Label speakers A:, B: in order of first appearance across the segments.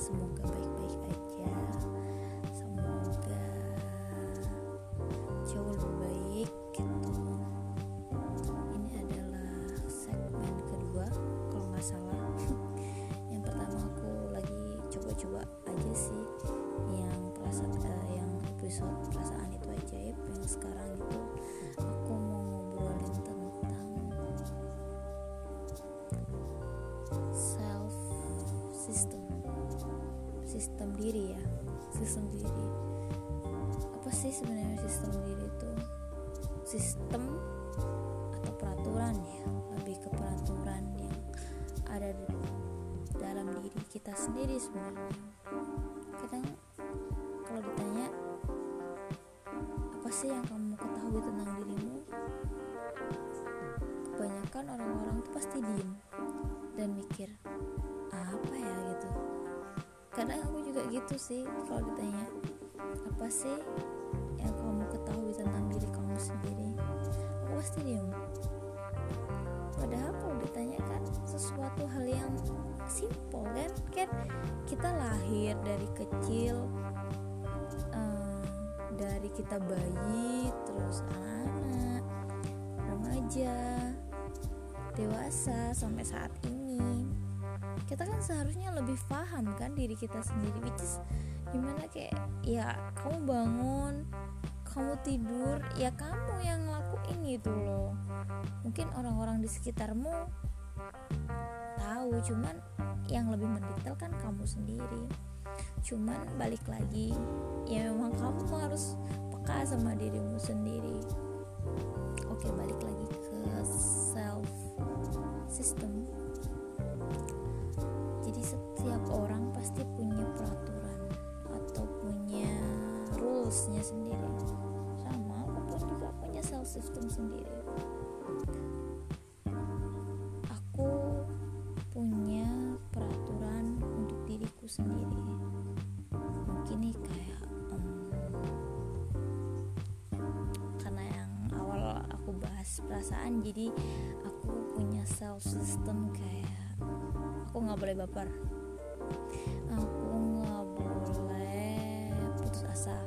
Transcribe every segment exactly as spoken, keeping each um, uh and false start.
A: semoga baik-baik aja, semoga jauh lebih baik gitu. Ini adalah segmen kedua kalau nggak salah. Yang pertama aku lagi coba-coba aja sih yang perasaan uh, yang episode perasaan itu ajaib. Yang sekarang itu aku mau ngobrolin tentang self system, sistem diri ya, sistem diri. Apa sih sebenarnya sistem diri itu? Sistem atau peraturan ya, lebih ke peraturan yang ada di dalam diri kita sendiri sebenarnya. Kadang kalau ditanya apa sih yang kamu ketahui tentang dirimu, kebanyakan orang-orang tuh pasti diem dan mikir apa ya gitu. Kadang aku juga gitu sih, kalau ditanya apa sih yang kamu ketahui tentang diri kamu sendiri, aku pasti diem. Padahal kalau ditanyakan sesuatu hal yang simple kan, kan kita lahir dari kecil, um, dari kita bayi, terus anak-anak, remaja, dewasa sampai saat ini, kita kan seharusnya lebih paham kan diri kita sendiri, which is gimana kayak ya kamu bangun, kamu tidur, ya kamu yang ngelakuin gitu loh. Mungkin orang-orang di sekitarmu tahu, cuman yang lebih mendetail kan kamu sendiri. Cuman balik lagi, ya memang kamu harus peka sama dirimu sendiri. Oke, balik lagi ke self system. Jadi setiap orang pasti punya peraturan atau punya rulesnya sendiri. Sama aku pun juga punya self system sendiri. Aku punya peraturan untuk diriku sendiri. Mungkin nih kayak um, karena yang awal aku bahas perasaan, jadi aku punya self system kayak aku nggak boleh baper, aku nggak boleh putus asa,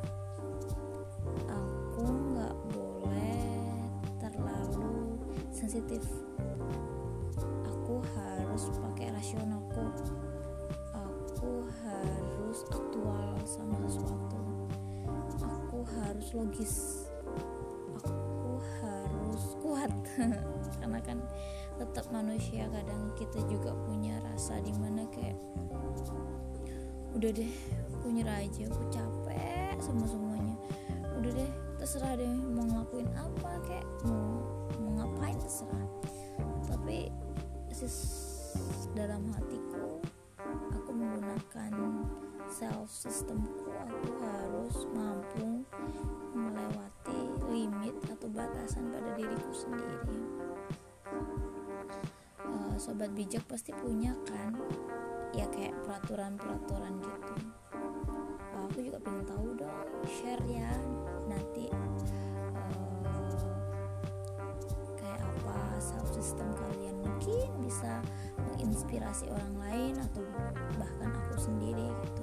A: aku nggak boleh terlalu sensitif, aku harus pakai rasionalku, aku harus aktual sama sesuatu, aku harus logis, aku harus kuat. Karena kan tetap manusia, kadang kita juga punya rasa dimana kayak udah deh aku nyerah aja, aku capek sama semuanya, udah deh terserah deh mau ngelakuin apa, kayak mau mau ngapain terserah. Tapi sis dalam hatiku aku menggunakan self systemku, aku harus mampu melewati limit atau batasan pada diriku sendiri. Uh, sobat bijak pasti punya kan ya kayak peraturan-peraturan gitu. Uh, aku juga pengen tahu dong, share ya nanti uh, kayak apa self system kalian, mungkin bisa menginspirasi orang lain atau bahkan aku sendiri gitu.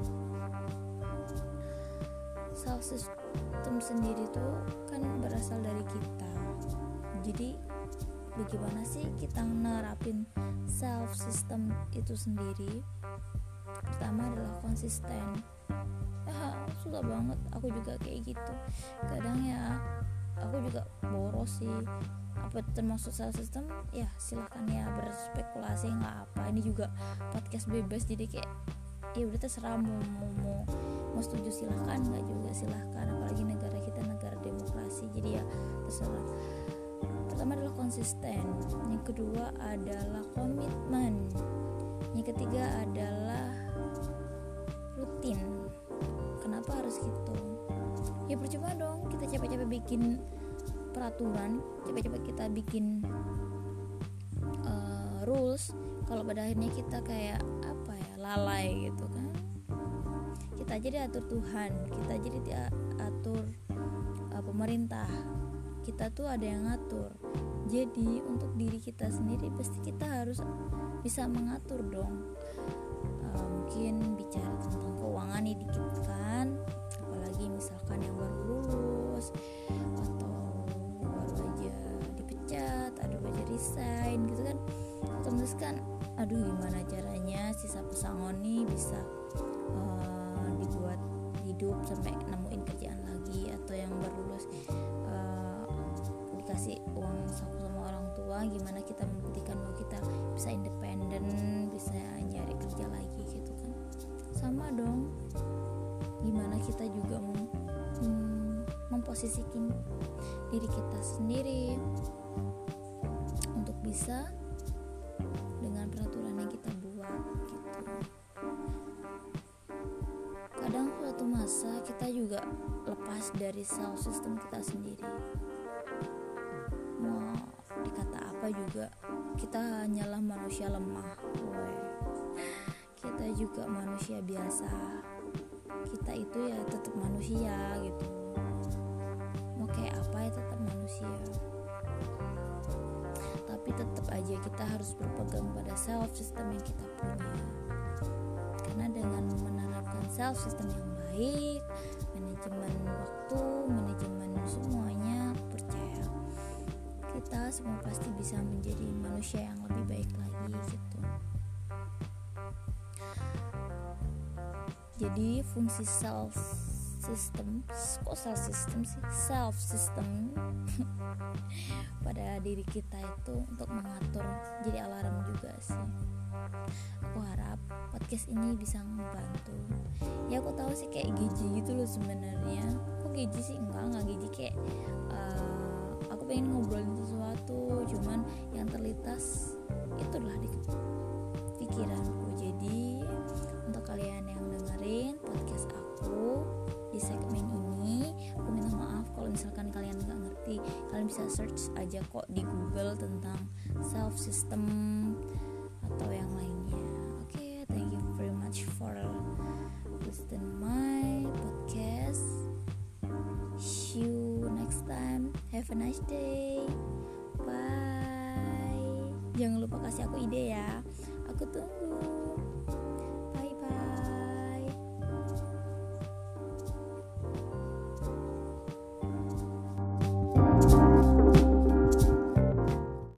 A: Self system sendiri tuh kan berasal dari kita. Jadi bagaimana sih kita nerapin self system itu sendiri? Pertama adalah konsisten. Ah, susah banget, aku juga kayak gitu. Kadang ya aku juga boros sih. Apa termasuk self system? Ya silahkan ya berspekulasi, nggak apa. Ini juga podcast bebas, jadi kayak ya udah terserah mau mau mau, mau setuju silahkan, nggak juga silahkan. Apalagi negara kita negara demokrasi, jadi ya terserah. Pertama adalah konsisten, yang kedua adalah komitmen, yang ketiga adalah rutin. Kenapa harus gitu? Ya percuma dong kita capek-capek bikin peraturan, capek-capek kita bikin uh, rules, kalau pada akhirnya kita kayak apa ya, lalai gitu kan. Kita aja diatur Tuhan, kita aja diatur uh, pemerintah, kita tuh ada yang ngatur. Jadi untuk diri kita sendiri pasti kita harus bisa mengatur dong. uh, mungkin bicara tentang keuangan nih dikit kan, apalagi misalkan yang baru lulus atau baru aja dipecat, aduh aja resign gitu kan, otomatis kan aduh gimana caranya si sapu sangon nih bisa uh, dibuat hidup sampai nemuin kerjaan lagi, atau yang baru lulus uh, dikasih uang saku sama orang tua, gimana kita membuktikan bahwa kita bisa independen, bisa nyari kerja lagi gitu kan. Sama dong, gimana kita juga mem, mem, memposisikan diri kita sendiri untuk bisa dengan peraturan yang kita buat gitu. Kadang suatu masa kita juga lepas dari self system kita sendiri, mau dikata apa juga kita hanyalah manusia lemah. Woy. Kita juga manusia biasa, kita itu ya tetap manusia gitu, mau kayak apa ya tetap manusia. Tapi tetap aja kita harus berpegang pada self system yang kita punya, karena dengan menerapkan self system yang baik, manajemen waktu, manajemen semuanya, percaya kita semua pasti bisa menjadi manusia yang lebih baik lagi gitu. Jadi fungsi self system, kok self system sih, self system pada diri kita itu untuk mengatur, jadi alarm juga sih. Aku harap podcast ini bisa membantu. Ya aku tahu sih kayak gizi gitu loh sebenarnya. Kok gizi sih? Enggak, enggak gizi, kayak uh, aku pengen ngobrolin sesuatu, cuman yang terlintas itulah di pikiranku. Jadi untuk kalian yang dengerin podcast aku di segmen ini, aku minta maaf kalau misalkan kalian nggak ngerti. Kalian bisa search aja kok di Google tentang self system atau yang lainnya. Oke, okay, thank you very much for listening my podcast. See you next time. Have a nice day. Bye. Jangan lupa kasih aku ide ya. Aku tunggu.